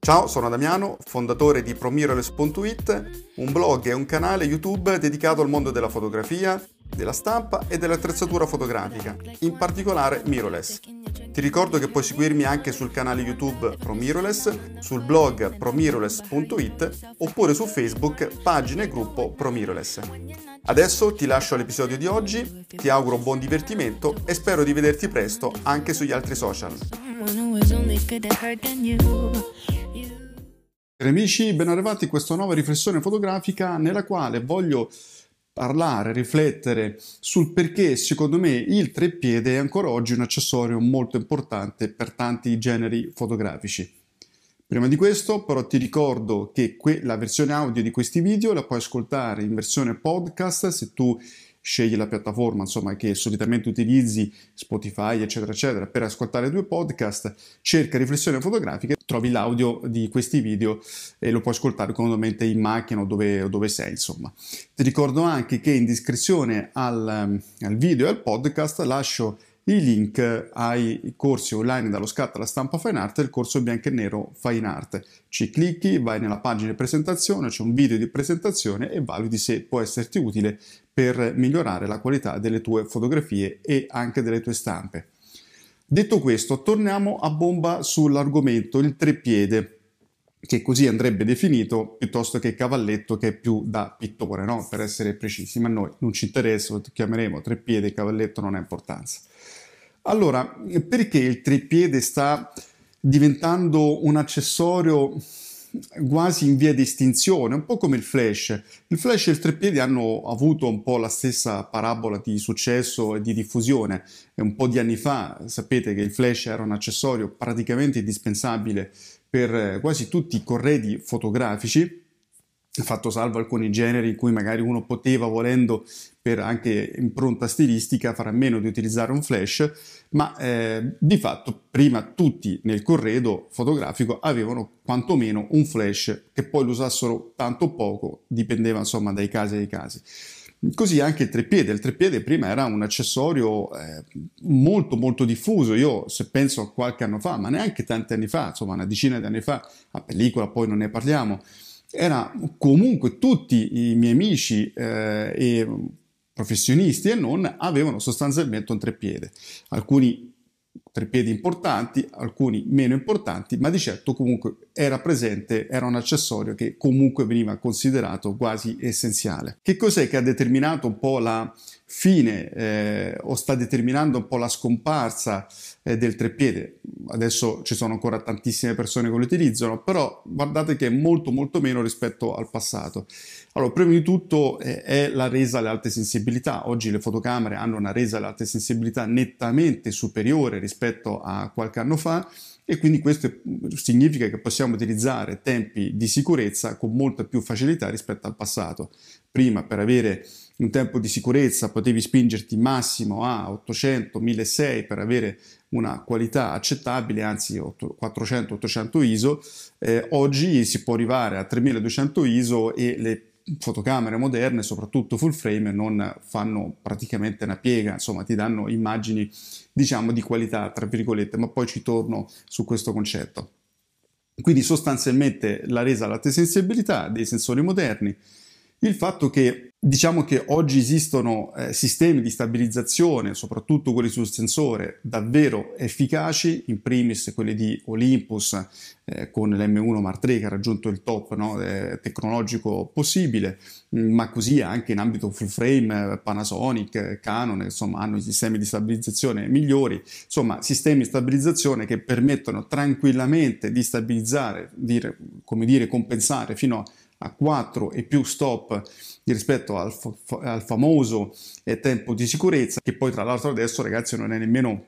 Ciao, sono Damiano, fondatore di ProMirrorless.it, un blog e un canale YouTube dedicato al mondo della fotografia, della stampa e dell'attrezzatura fotografica, in particolare mirrorless. Ti ricordo che puoi seguirmi anche sul canale YouTube ProMirrorless, sul blog ProMirrorless.it oppure su Facebook, pagina e gruppo ProMirrorless. Adesso ti lascio all'episodio di oggi, ti auguro buon divertimento e spero di vederti presto anche sugli altri social. Cari amici, ben arrivati a questa nuova riflessione fotografica nella quale voglio parlare, riflettere sul perché secondo me il treppiede è ancora oggi un accessorio molto importante per tanti generi fotografici. Prima di questo però ti ricordo che la versione audio di questi video la puoi ascoltare in versione podcast se tu scegli la piattaforma che solitamente utilizzi, Spotify eccetera eccetera, per ascoltare i due podcast. Cerca riflessioni fotografiche, trovi l'audio di questi video e lo puoi ascoltare comodamente in macchina o dove sei insomma. Ti ricordo anche che in descrizione al video e al podcast lascio i link ai corsi online dallo scatto alla stampa fine art e il corso bianco e nero fine art. Ci clicchi, vai nella pagina di presentazione, c'è un video di presentazione e valuti se può esserti utile per migliorare la qualità delle tue fotografie e anche delle tue stampe. Detto questo, torniamo a bomba sull'argomento il treppiede, che così andrebbe definito piuttosto che cavalletto, che è più da pittore, no? Per essere precisi, ma a noi non ci interessa, lo chiameremo treppiede, cavalletto non ha importanza. Allora, perché il treppiede sta diventando un accessorio quasi in via di estinzione, un po' come il flash? Il flash e il treppiede hanno avuto un po' la stessa parabola di successo e di diffusione. Un po' di anni fa sapete che il flash era un accessorio praticamente indispensabile per quasi tutti i corredi fotografici, fatto salvo alcuni generi in cui magari uno poteva, volendo, per anche impronta stilistica, fare a meno di utilizzare un flash, ma di fatto prima tutti nel corredo fotografico avevano quantomeno un flash, che poi lo usassero tanto o poco, dipendeva insomma dai casi ai casi. Così anche il treppiede prima era un accessorio molto molto diffuso. Io se penso a qualche anno fa, ma neanche tanti anni fa, insomma una decina di anni fa, a pellicola poi non ne parliamo, era comunque tutti i miei amici e professionisti e non avevano sostanzialmente un treppiede. Alcuni treppiedi importanti, alcuni meno importanti, ma di certo comunque era presente, era un accessorio che comunque veniva considerato quasi essenziale. Che cos'è che ha determinato un po' la fine o sta determinando un po' la scomparsa del treppiede? Adesso ci sono ancora tantissime persone che lo utilizzano, però guardate che è molto molto meno rispetto al passato. Allora, prima di tutto è la resa alle alte sensibilità. Oggi le fotocamere hanno una resa alle alte sensibilità nettamente superiore rispetto a qualche anno fa, e quindi questo significa che possiamo utilizzare tempi di sicurezza con molta più facilità rispetto al passato. Prima, per avere un tempo di sicurezza, potevi spingerti massimo a 800, 1600 per avere una qualità accettabile, anzi 400-800 ISO. Oggi si può arrivare a 3200 ISO e le fotocamere moderne, soprattutto full frame, non fanno praticamente una piega, insomma ti danno immagini diciamo di qualità tra virgolette, ma poi ci torno su questo concetto. Quindi sostanzialmente la resa all'alta sensibilità dei sensori moderni, il fatto che diciamo che oggi esistono sistemi di stabilizzazione, soprattutto quelli sul sensore, davvero efficaci, in primis quelli di Olympus con l'M1 Mark III che ha raggiunto il top tecnologico possibile, ma così anche in ambito full frame Panasonic, Canon, insomma hanno i sistemi di stabilizzazione migliori, insomma sistemi di stabilizzazione che permettono tranquillamente di stabilizzare, compensare fino a 4 e più stop rispetto al famoso tempo di sicurezza, che poi tra l'altro adesso ragazzi non è nemmeno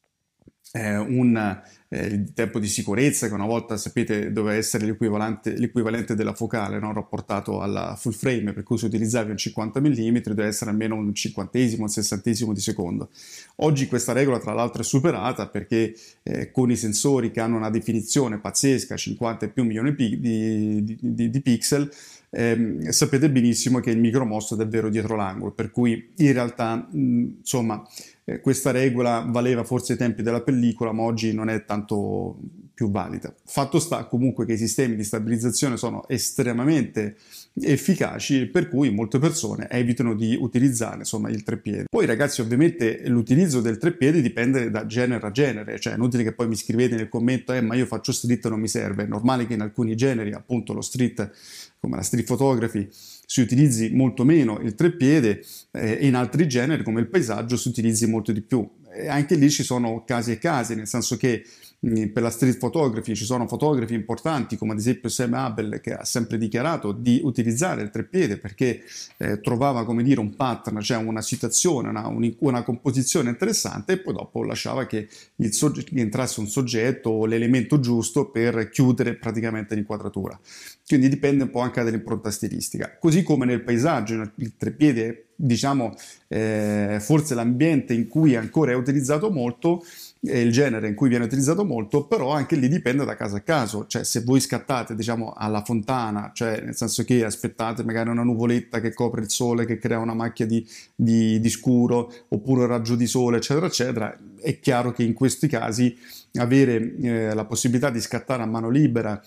il tempo di sicurezza che una volta sapete doveva essere l'equivalente della focale, no? Rapportato alla full frame, per cui se utilizzavi un 50 mm deve essere almeno un cinquantesimo, un sessantesimo di secondo. Oggi questa regola tra l'altro è superata perché con i sensori che hanno una definizione pazzesca, 50 e più milioni di pixel, sapete benissimo che il micromosto è davvero dietro l'angolo, per cui in realtà questa regola valeva forse ai tempi della pellicola, ma oggi non è tanto più valida. Fatto sta comunque che i sistemi di stabilizzazione sono estremamente efficaci, per cui molte persone evitano di utilizzare insomma il treppiede. Poi ragazzi, ovviamente l'utilizzo del treppiede dipende da genere a genere, cioè è inutile che poi mi scrivete nel commento ma io faccio street e non mi serve. È normale che in alcuni generi, appunto lo street, come la street photography, si utilizzi molto meno il treppiede e in altri generi come il paesaggio si utilizzi molto di più. E anche lì ci sono casi e casi, nel senso che per la street photography ci sono fotografi importanti come ad esempio Sam Abel, che ha sempre dichiarato di utilizzare il treppiede perché trovava, come dire, un pattern, cioè una situazione, una composizione interessante, e poi dopo lasciava che entrasse un soggetto o l'elemento giusto per chiudere praticamente l'inquadratura. Quindi dipende un po' anche dall'impronta stilistica. Così come nel paesaggio, il treppiede, diciamo, forse l'ambiente in cui ancora è utilizzato molto, il genere in cui viene utilizzato molto, però anche lì dipende da caso a caso. Cioè se voi scattate, diciamo, alla fontana, cioè nel senso che aspettate magari una nuvoletta che copre il sole, che crea una macchia di scuro, oppure un raggio di sole, eccetera, eccetera, è chiaro che in questi casi avere la possibilità di scattare a mano libera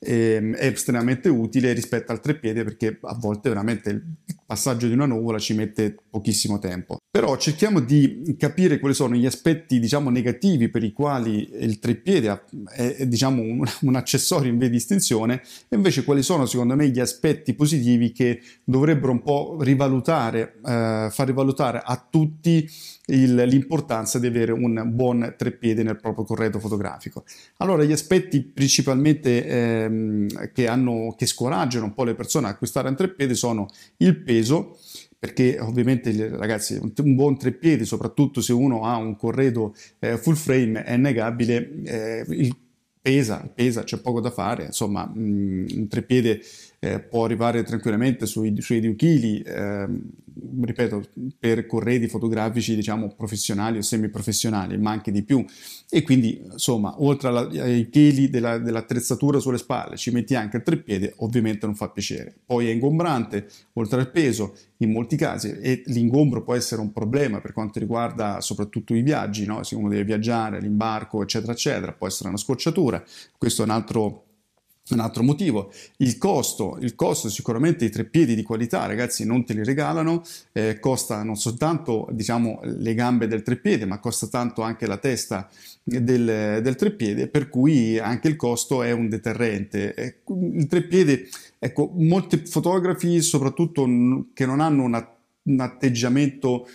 è estremamente utile rispetto al treppiede, perché a volte veramente il passaggio di una nuvola ci mette pochissimo tempo. Però cerchiamo di capire quali sono gli aspetti, diciamo, negativi per i quali il treppiede è diciamo, un accessorio in via di estinzione, e invece quali sono secondo me gli aspetti positivi che dovrebbero un po' rivalutare, far rivalutare a tutti l'importanza di avere un buon treppiede nel proprio corredo fotografico. Allora, gli aspetti principalmente che scoraggiano un po' le persone a acquistare un treppiede sono il peso, perché ovviamente ragazzi un buon treppiede, soprattutto se uno ha un corredo full frame, è innegabile, pesa, c'è poco da fare, insomma un treppiede può arrivare tranquillamente sui 2 kg, ripeto, per corredi fotografici diciamo professionali o semiprofessionali, ma anche di più. E quindi insomma, oltre ai chili dell'attrezzatura sulle spalle ci metti anche il treppiede, ovviamente non fa piacere. Poi è ingombrante, oltre al peso in molti casi, e l'ingombro può essere un problema per quanto riguarda soprattutto i viaggi, no? Se uno deve viaggiare, l'imbarco, eccetera eccetera, può essere una scocciatura. Questo è un altro motivo. Il costo sicuramente, i treppiedi di qualità ragazzi non te li regalano, costa non soltanto diciamo le gambe del treppiede, ma costa tanto anche la testa del treppiede, per cui anche il costo è un deterrente. Il treppiede, ecco, molti fotografi soprattutto che non hanno un atteggiamento,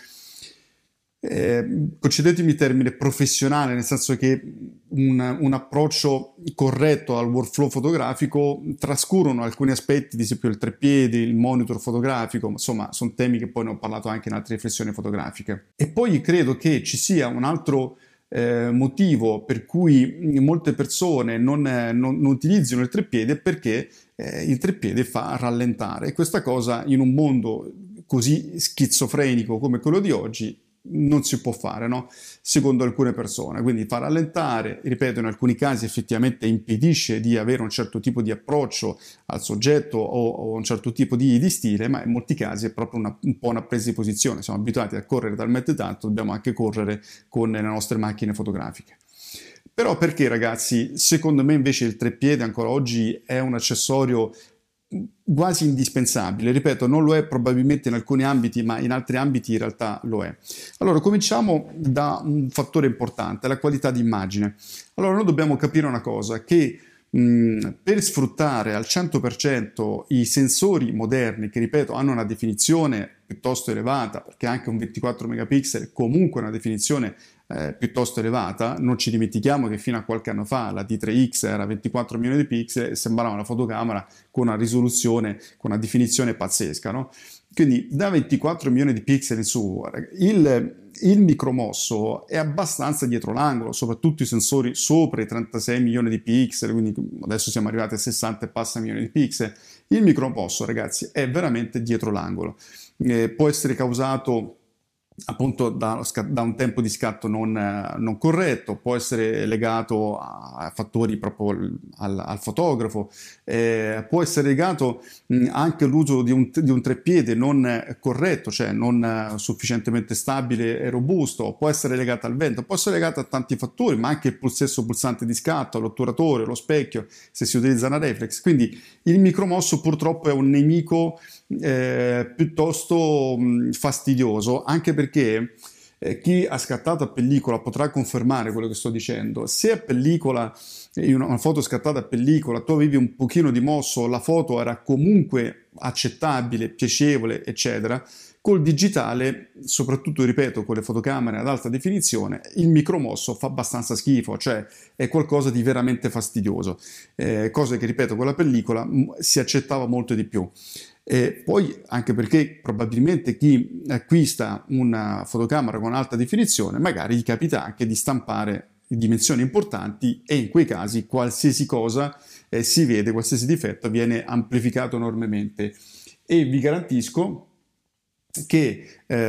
concedetemi il termine, professionale, nel senso che un approccio corretto al workflow fotografico, trascurano alcuni aspetti, ad esempio il treppiede, il monitor fotografico, insomma sono temi che poi ne ho parlato anche in altre riflessioni fotografiche. E poi credo che ci sia un altro motivo per cui molte persone non utilizzano il treppiede, perché il treppiede fa rallentare, e questa cosa in un mondo così schizofrenico come quello di oggi non si può fare, no? Secondo alcune persone. Quindi fa rallentare, ripeto, in alcuni casi effettivamente impedisce di avere un certo tipo di approccio al soggetto o un certo tipo di stile, ma in molti casi è proprio un po' una presa di posizione. Siamo abituati a correre talmente tanto, dobbiamo anche correre con le nostre macchine fotografiche. Però perché ragazzi, secondo me invece il treppiede ancora oggi è un accessorio quasi indispensabile. Ripeto, non lo è probabilmente in alcuni ambiti, ma in altri ambiti in realtà lo è. Allora, cominciamo da un fattore importante, la qualità di immagine. Allora, noi dobbiamo capire una cosa, che per sfruttare al 100% i sensori moderni, che ripeto hanno una definizione piuttosto elevata, perché anche un 24 megapixel è comunque una definizione piuttosto elevata. Non ci dimentichiamo che fino a qualche anno fa la D3X era 24 milioni di pixel e sembrava una fotocamera con una risoluzione, con una definizione pazzesca, no? Quindi da 24 milioni di pixel in su, il micromosso è abbastanza dietro l'angolo, soprattutto i sensori sopra i 36 milioni di pixel, quindi adesso siamo arrivati a 60 e passa milioni di pixel. Il micromosso, ragazzi, è veramente dietro l'angolo. Può essere causato appunto da un tempo di scatto non corretto, può essere legato a fattori proprio al fotografo, può essere legato anche all'uso di un treppiede non corretto, cioè non sufficientemente stabile e robusto, può essere legato al vento, può essere legato a tanti fattori, ma anche il stesso pulsante di scatto, l'otturatore, lo specchio, se si utilizza una reflex. Quindi il micromosso purtroppo è un nemico piuttosto fastidioso, anche perché chi ha scattato a pellicola potrà confermare quello che sto dicendo. Se a pellicola, in una foto scattata a pellicola, tu avevi un pochino di mosso, la foto era comunque accettabile, piacevole, eccetera, col digitale, soprattutto, ripeto, con le fotocamere ad alta definizione, il micromosso fa abbastanza schifo, cioè è qualcosa di veramente fastidioso, cosa che, ripeto, con la pellicola si accettava molto di più. E poi anche perché probabilmente chi acquista una fotocamera con alta definizione magari gli capita anche di stampare dimensioni importanti e in quei casi qualsiasi cosa si vede, qualsiasi difetto viene amplificato enormemente. E vi garantisco che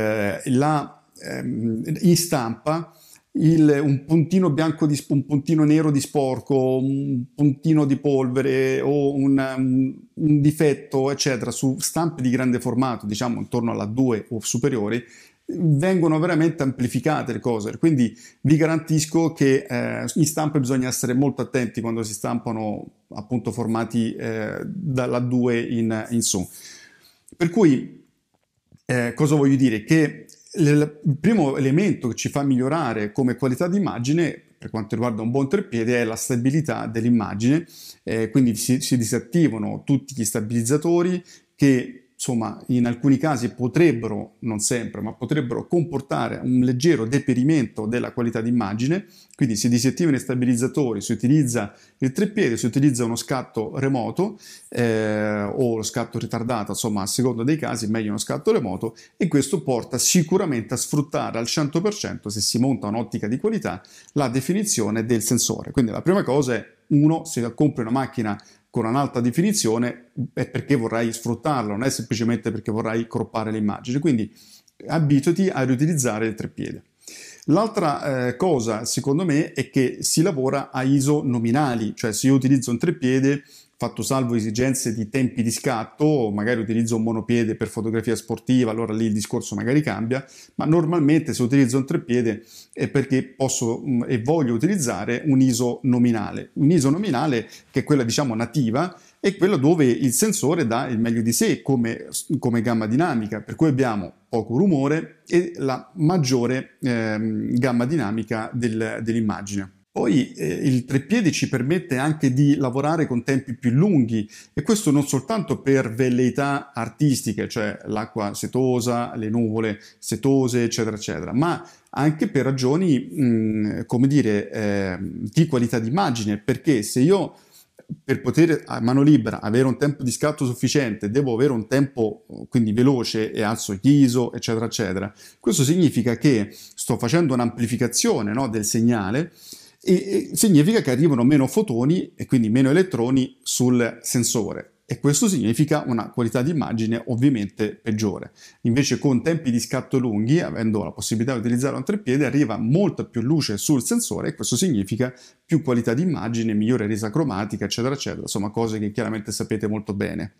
in stampa un puntino bianco un puntino nero di sporco, un puntino di polvere o un difetto, eccetera, su stampe di grande formato, diciamo intorno alla 2 o superiori, vengono veramente amplificate le cose. Quindi vi garantisco che in stampa bisogna essere molto attenti quando si stampano appunto formati dalla 2 in su. Per cui cosa voglio dire? Che il primo elemento che ci fa migliorare come qualità di immagine per quanto riguarda un buon treppiede è la stabilità dell'immagine, quindi si disattivano tutti gli stabilizzatori che insomma in alcuni casi potrebbero, non sempre, ma potrebbero comportare un leggero deperimento della qualità d'immagine, quindi si disattivano i stabilizzatori, si utilizza il treppiede, si utilizza uno scatto remoto o lo scatto ritardato, insomma a seconda dei casi meglio uno scatto remoto, e questo porta sicuramente a sfruttare al 100%, se si monta un'ottica di qualità, la definizione del sensore. Quindi la prima cosa è, uno, se compri una macchina con un'alta definizione è perché vorrai sfruttarla, non è semplicemente perché vorrai croppare l'immagine, quindi abituati a riutilizzare il treppiede. L'altra cosa, secondo me, è che si lavora a ISO nominali, cioè se io utilizzo un treppiede, fatto salvo esigenze di tempi di scatto, magari utilizzo un monopiede per fotografia sportiva, allora lì il discorso magari cambia, ma normalmente se utilizzo un treppiede è perché posso e voglio utilizzare un ISO nominale. Un ISO nominale che è quella, diciamo, nativa, è quella dove il sensore dà il meglio di sé come gamma dinamica, per cui abbiamo poco rumore e la maggiore gamma dinamica dell'immagine. Poi il treppiede ci permette anche di lavorare con tempi più lunghi, e questo non soltanto per velleità artistiche, cioè l'acqua setosa, le nuvole setose, eccetera, eccetera, ma anche per ragioni, come dire, di qualità d'immagine, perché se io per poter a mano libera avere un tempo di scatto sufficiente devo avere un tempo quindi veloce e alzo gli ISO, eccetera, eccetera, questo significa che sto facendo un'amplificazione, no, del segnale, e significa che arrivano meno fotoni e quindi meno elettroni sul sensore, e questo significa una qualità di immagine ovviamente peggiore. Invece con tempi di scatto lunghi, avendo la possibilità di utilizzare un treppiede, arriva molta più luce sul sensore e questo significa più qualità di immagine, migliore resa cromatica, eccetera, eccetera, insomma cose che chiaramente sapete molto bene.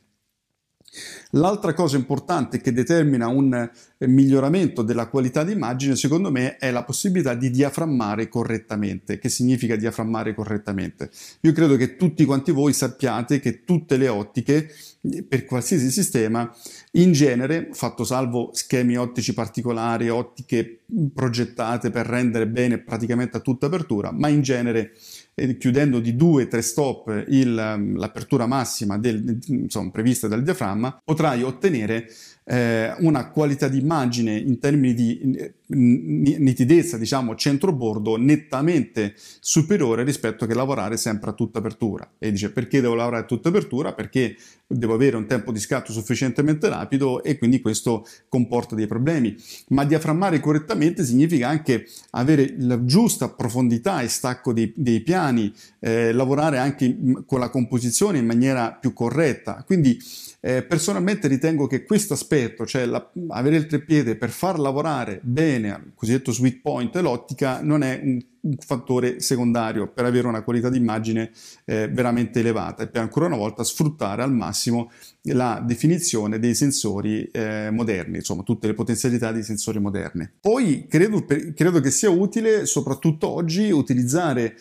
L'altra cosa importante che determina un miglioramento della qualità di immagine, secondo me, è la possibilità di diaframmare correttamente. Che significa diaframmare correttamente? Io credo che tutti quanti voi sappiate che tutte le ottiche, per qualsiasi sistema, in genere, fatto salvo schemi ottici particolari, ottiche progettate per rendere bene praticamente a tutta apertura, ma in genere chiudendo di 2-3 stop l'apertura massima insomma, prevista dal diaframma, potrai ottenere una qualità di immagine in termini di nitidezza, diciamo centro-bordo, nettamente superiore rispetto che lavorare sempre a tutta apertura. E dice, perché devo lavorare a tutta apertura? Perché devo avere un tempo di scatto sufficientemente rapido e quindi questo comporta dei problemi. Ma diaframmare correttamente significa anche avere la giusta profondità e stacco dei piani, piani, lavorare anche con la composizione in maniera più corretta. Quindi personalmente ritengo che questo aspetto, cioè avere il treppiede per far lavorare bene il cosiddetto sweet point e l'ottica, non è un fattore secondario per avere una qualità di immagine veramente elevata e per ancora una volta sfruttare al massimo la definizione dei sensori moderni, insomma tutte le potenzialità dei sensori moderni. Poi credo che sia utile soprattutto oggi utilizzare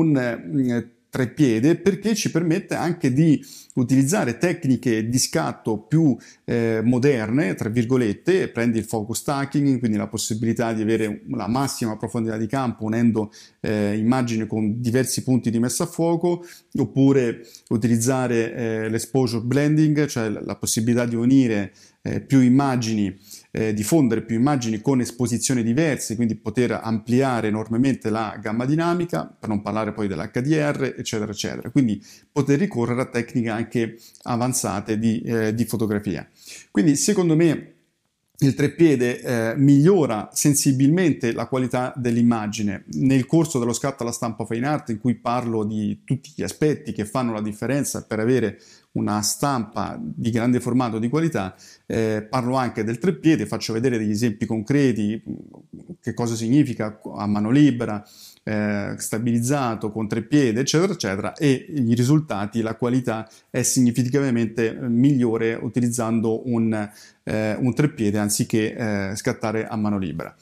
un treppiede perché ci permette anche di utilizzare tecniche di scatto più moderne, tra virgolette, prendi il focus stacking, quindi la possibilità di avere la massima profondità di campo unendo immagini con diversi punti di messa a fuoco, oppure utilizzare l'exposure blending, cioè la possibilità di unire più immagini, diffondere più immagini con esposizioni diverse, quindi poter ampliare enormemente la gamma dinamica, per non parlare poi dell'HDR, eccetera, eccetera. Quindi poter ricorrere a tecniche anche avanzate di fotografia. Quindi secondo me il treppiede migliora sensibilmente la qualità dell'immagine. Nel corso dello scatto alla stampa fine art, in cui parlo di tutti gli aspetti che fanno la differenza per avere una stampa di grande formato di qualità, parlo anche del treppiede, faccio vedere degli esempi concreti, che cosa significa a mano libera, stabilizzato con treppiede, eccetera, eccetera, e i risultati, la qualità è significativamente migliore utilizzando un treppiede anziché scattare a mano libera.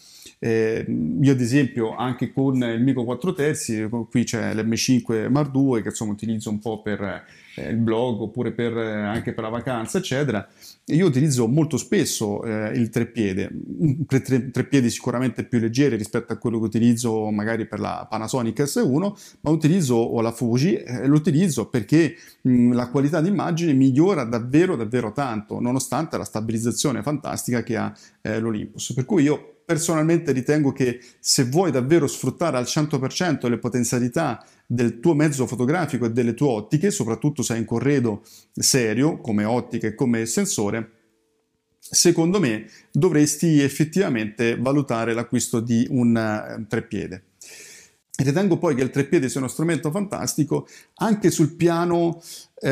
Io ad esempio anche con il Mico 4 terzi, qui c'è l'M5 Mark II che insomma utilizzo un po' per il blog oppure anche per la vacanza eccetera, io utilizzo molto spesso il treppiede, un treppiede sicuramente più leggero rispetto a quello che utilizzo magari per la Panasonic S1, ma utilizzo o la Fuji, lo utilizzo perché la qualità d'immagine migliora davvero davvero tanto, nonostante la stabilizzazione fantastica che ha l'Olympus, per cui io personalmente ritengo che se vuoi davvero sfruttare al 100% le potenzialità del tuo mezzo fotografico e delle tue ottiche, soprattutto se hai un corredo serio come ottica e come sensore, secondo me dovresti effettivamente valutare l'acquisto di un treppiede. Ritengo poi che il treppiede sia uno strumento fantastico anche sul piano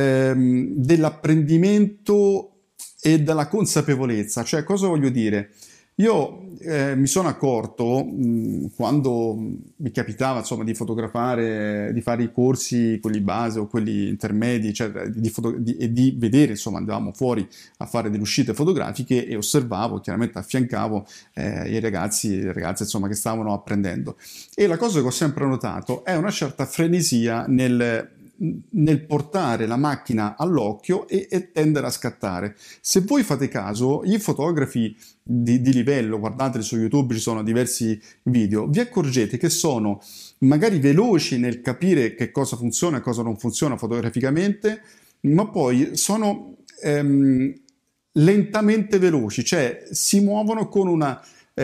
dell'apprendimento e della consapevolezza. Cioè, cosa voglio dire? Io mi sono accorto quando mi capitava insomma di fotografare, di fare i corsi, quelli base o quelli intermedi, eccetera, e di vedere, insomma, andavamo fuori a fare delle uscite fotografiche e osservavo, chiaramente affiancavo i ragazzi e le ragazze insomma che stavano apprendendo. E la cosa che ho sempre notato è una certa frenesia nel portare la macchina all'occhio e tendere a scattare. Se voi fate caso, i fotografi di livello, guardateli su YouTube, ci sono diversi video, vi accorgete che sono magari veloci nel capire che cosa funziona e cosa non funziona fotograficamente, ma poi sono lentamente veloci, cioè si muovono con una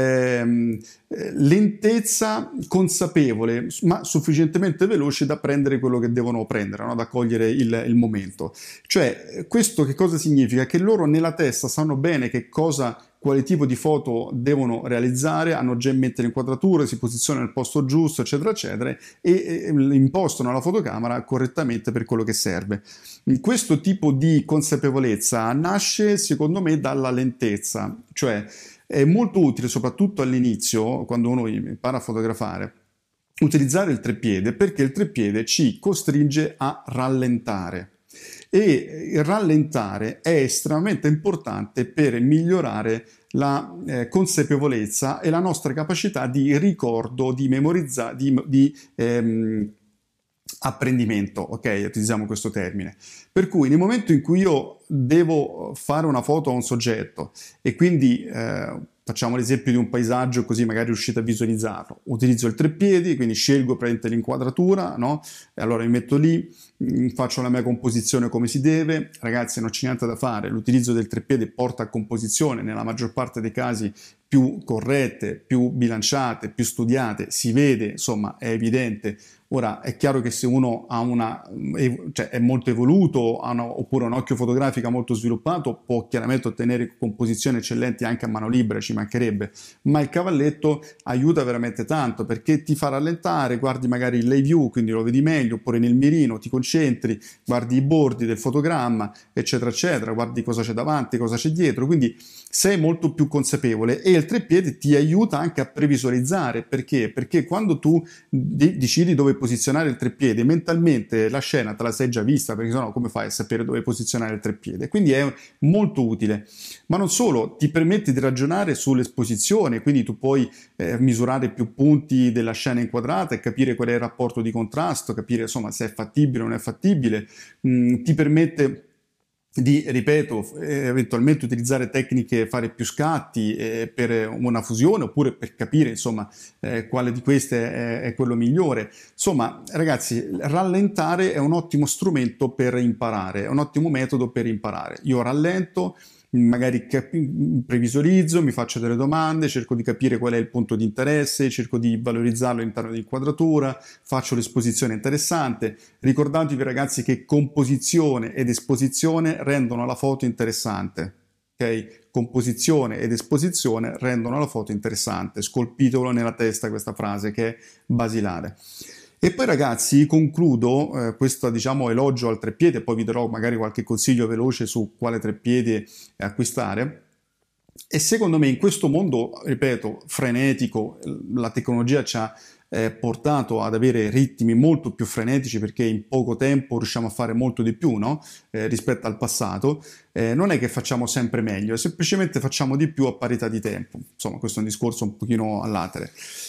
lentezza consapevole ma sufficientemente veloce da prendere quello che devono prendere, no? Da cogliere il momento. Cioè, questo che cosa significa? Che loro nella testa sanno bene quale tipo di foto devono realizzare, hanno già in mente le inquadrature, si posizionano nel posto giusto, eccetera, eccetera, e impostano la fotocamera correttamente per quello che serve. Questo tipo di consapevolezza nasce, secondo me, dalla lentezza, cioè è molto utile, soprattutto all'inizio, quando uno impara a fotografare, utilizzare il treppiede, perché il treppiede ci costringe a rallentare. E il rallentare è estremamente importante per migliorare la consapevolezza e la nostra capacità di ricordo, di memorizzazione, di apprendimento, ok? Utilizziamo questo termine. Per cui nel momento in cui io devo fare una foto a un soggetto e quindi facciamo l'esempio di un paesaggio così magari riuscite a visualizzarlo, utilizzo il treppiedi, quindi scelgo praticamente l'inquadratura, no? E allora mi metto lì, faccio la mia composizione come si deve, ragazzi non c'è niente da fare, l'utilizzo del treppiede porta a composizione nella maggior parte dei casi più corrette, più bilanciate, più studiate, si vede, insomma è evidente Ora è chiaro che se uno ha cioè è molto evoluto, oppure un occhio fotografico molto sviluppato, può chiaramente ottenere composizioni eccellenti anche a mano libera, ci mancherebbe, ma il cavalletto aiuta veramente tanto perché ti fa rallentare, guardi magari il lay view, quindi lo vedi meglio, oppure nel mirino ti concentri, guardi i bordi del fotogramma, eccetera, eccetera, guardi cosa c'è davanti, cosa c'è dietro, quindi sei molto più consapevole e il treppiede ti aiuta anche a previsualizzare. Perché? Perché quando tu decidi dove posizionare il treppiede, mentalmente la scena te la sei già vista, perché sennò come fai a sapere dove posizionare il treppiede? Quindi è molto utile. Ma non solo, ti permette di ragionare sull'esposizione, quindi tu puoi misurare più punti della scena inquadrata e capire qual è il rapporto di contrasto, capire insomma se è fattibile o non è fattibile, ti permette di, ripeto, eventualmente utilizzare tecniche, fare più scatti per una fusione oppure per capire insomma quale di queste è quello migliore. Insomma, ragazzi, rallentare è un ottimo strumento per imparare, è un ottimo metodo per imparare. Io rallento, magari previsualizzo, mi faccio delle domande, cerco di capire qual è il punto di interesse, cerco di valorizzarlo all'interno dell'inquadratura, faccio l'esposizione interessante. Ricordatevi ragazzi che composizione ed esposizione rendono la foto interessante. Ok? Composizione ed esposizione rendono la foto interessante. Scolpitelo nella testa questa frase che è basilare. E poi ragazzi concludo questo diciamo elogio al treppiede, poi vi darò magari qualche consiglio veloce su quale treppiede acquistare. E secondo me in questo mondo, ripeto, frenetico, la tecnologia ci ha portato ad avere ritmi molto più frenetici perché in poco tempo riusciamo a fare molto di più, no? Rispetto al passato. Non è che facciamo sempre meglio, semplicemente facciamo di più a parità di tempo. Insomma, questo è un discorso un pochino all'atere.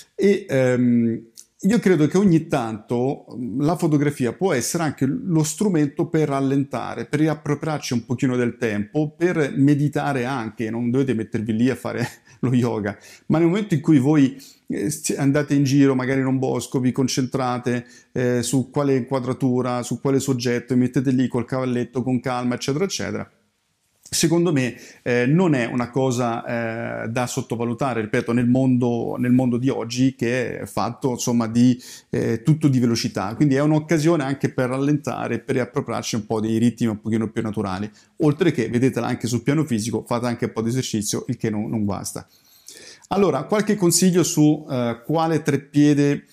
E io credo che ogni tanto la fotografia può essere anche lo strumento per rallentare, per riappropriarci un pochino del tempo, per meditare anche, non dovete mettervi lì a fare lo yoga, ma nel momento in cui voi andate in giro, magari in un bosco, vi concentrate su quale inquadratura, su quale soggetto, e mettete lì col cavalletto con calma, eccetera, eccetera. Secondo me non è una cosa da sottovalutare, ripeto, nel mondo di oggi che è fatto insomma di tutto di velocità, quindi è un'occasione anche per rallentare, per riappropriarci un po' dei ritmi un pochino più naturali, oltre che, vedetela anche sul piano fisico, fate anche un po' di esercizio, il che non guasta. Allora, qualche consiglio su quale treppiede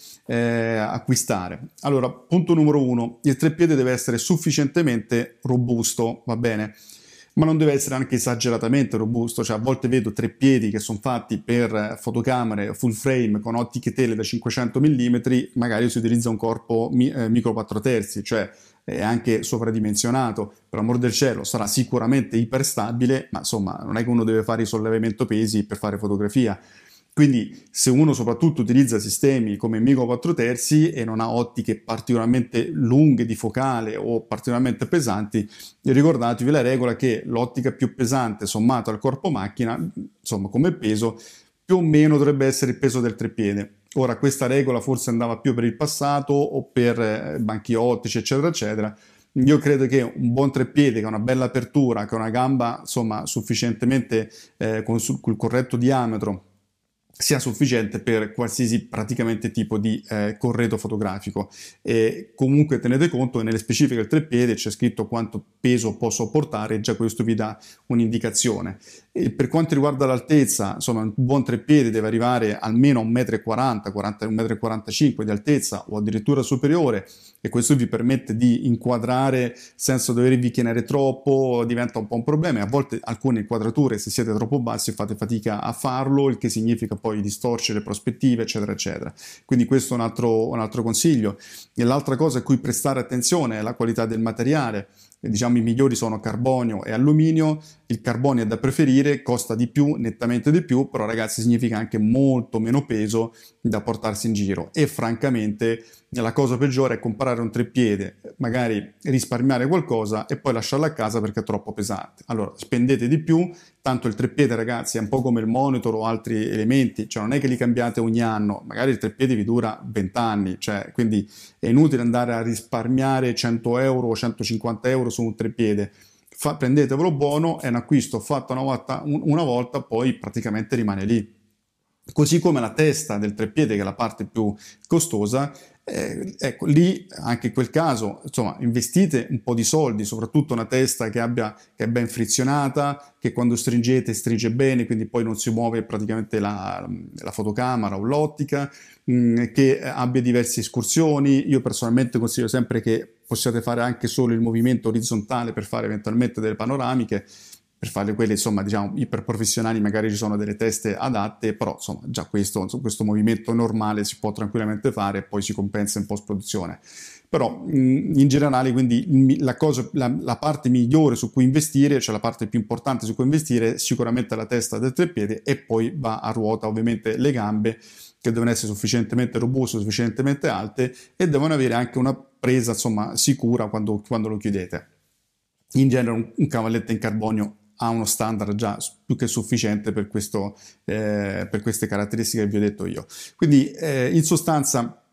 acquistare. Allora, punto numero 1, il treppiede deve essere sufficientemente robusto, va bene? Ma non deve essere anche esageratamente robusto, cioè a volte vedo treppiedi che sono fatti per fotocamere full frame con ottiche tele da 500 mm, magari si utilizza un corpo micro 4 terzi, cioè è anche sovradimensionato, per amor del cielo sarà sicuramente iperstabile, ma insomma non è che uno deve fare il sollevamento pesi per fare fotografia. Quindi se uno soprattutto utilizza sistemi come Micro 4 terzi e non ha ottiche particolarmente lunghe di focale o particolarmente pesanti, ricordatevi la regola che l'ottica più pesante sommata al corpo macchina, insomma come peso, più o meno dovrebbe essere il peso del treppiede. Ora questa regola forse andava più per il passato o per banchi ottici eccetera eccetera. Io credo che un buon treppiede, che ha una bella apertura, che ha una gamba insomma sufficientemente con il corretto diametro, sia sufficiente per qualsiasi praticamente tipo di corredo fotografico. E comunque tenete conto che nelle specifiche del treppiede c'è scritto quanto peso può sopportare, e già questo vi dà un'indicazione. E per quanto riguarda l'altezza, insomma un buon treppiede deve arrivare almeno a 1,40 m, 1,45 m di altezza o addirittura superiore, e questo vi permette di inquadrare senza dovervi chinare troppo, diventa un po' un problema, e a volte alcune inquadrature se siete troppo bassi fate fatica a farlo, il che significa poi distorcere le prospettive eccetera eccetera. Quindi questo è un altro consiglio. E l'altra cosa a cui prestare attenzione è la qualità del materiale. Diciamo i migliori sono carbonio e alluminio. Il carbonio è da preferire, costa di più, nettamente di più, però ragazzi significa anche molto meno peso da portarsi in giro, e francamente la cosa peggiore è comprare un treppiede, magari risparmiare qualcosa e poi lasciarlo a casa perché è troppo pesante. Allora spendete di più, tanto il treppiede ragazzi è un po' come il monitor o altri elementi, cioè non è che li cambiate ogni anno, magari il treppiede vi dura 20 anni, cioè quindi è inutile andare a risparmiare 100 euro o 150 euro su un treppiede. Prendetevelo buono, è un acquisto fatto una volta, poi praticamente rimane lì. Così come la testa del treppiede, che è la parte più costosa, ecco, lì anche in quel caso, insomma, investite un po' di soldi, soprattutto una testa che è ben frizionata, che quando stringete stringe bene, quindi poi non si muove praticamente la fotocamera o l'ottica, che abbia diverse escursioni. Io personalmente consiglio sempre che possiate fare anche solo il movimento orizzontale per fare eventualmente delle panoramiche. Per fare quelle, insomma, diciamo, iperprofessionali magari ci sono delle teste adatte, però insomma già questo movimento normale si può tranquillamente fare e poi si compensa in post-produzione. Però in generale, quindi la parte migliore su cui investire, cioè la parte più importante su cui investire, sicuramente è la testa del treppiede, e poi va a ruota ovviamente le gambe, che devono essere sufficientemente robuste, sufficientemente alte, e devono avere anche una presa, insomma, sicura quando lo chiudete. In genere un cavalletto in carbonio ha uno standard già più che sufficiente per queste caratteristiche che vi ho detto io. Quindi in sostanza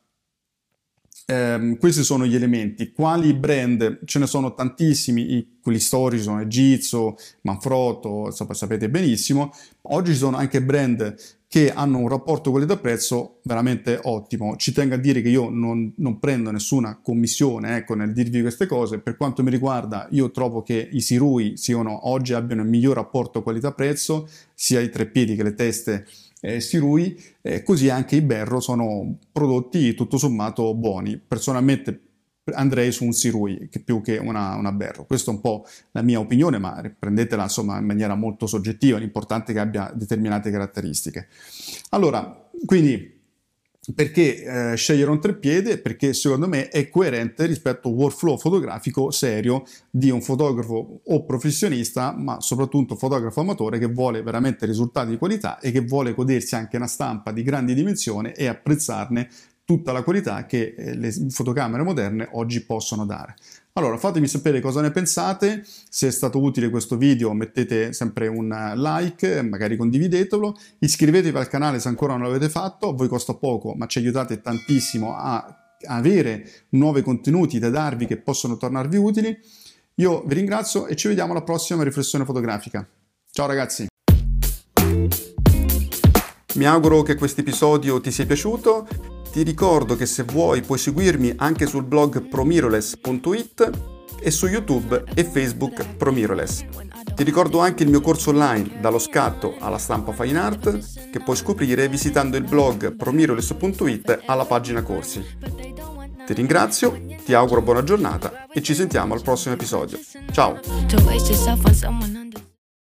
questi sono gli elementi. Quali brand? Ce ne sono tantissimi, quelli storici sono Egizio, Manfrotto, insomma, sapete benissimo. Oggi ci sono anche brand che hanno un rapporto qualità-prezzo veramente ottimo. Ci tengo a dire che io non prendo nessuna commissione, ecco, nel dirvi queste cose. Per quanto mi riguarda, io trovo che i Sirui oggi abbiano il miglior rapporto qualità-prezzo, sia i treppiedi che le teste Sirui, così anche i Berro sono prodotti tutto sommato buoni. Personalmente andrei su un Sirui più che una Berro. Questa è un po' la mia opinione, ma prendetela insomma in maniera molto soggettiva, l'importante è che abbia determinate caratteristiche. Allora, quindi perché scegliere un treppiede? Perché secondo me è coerente rispetto al workflow fotografico serio di un fotografo o professionista, ma soprattutto un fotografo amatore che vuole veramente risultati di qualità e che vuole godersi anche una stampa di grandi dimensioni e apprezzarne tutta la qualità che le fotocamere moderne oggi possono dare. Allora, fatemi sapere cosa ne pensate. Se è stato utile questo video, mettete sempre un like, magari condividetelo, iscrivetevi al canale se ancora non l'avete fatto, a voi costa poco ma ci aiutate tantissimo a avere nuovi contenuti da darvi che possono tornarvi utili. Io vi ringrazio e ci vediamo alla prossima riflessione fotografica. Ciao ragazzi! Mi auguro che questo episodio ti sia piaciuto. Ti ricordo che se vuoi puoi seguirmi anche sul blog promirrorless.it e su YouTube e Facebook Promirrorless. Ti ricordo anche il mio corso online dallo scatto alla stampa fine art che puoi scoprire visitando il blog promirrorless.it alla pagina corsi. Ti ringrazio, ti auguro buona giornata e ci sentiamo al prossimo episodio. Ciao!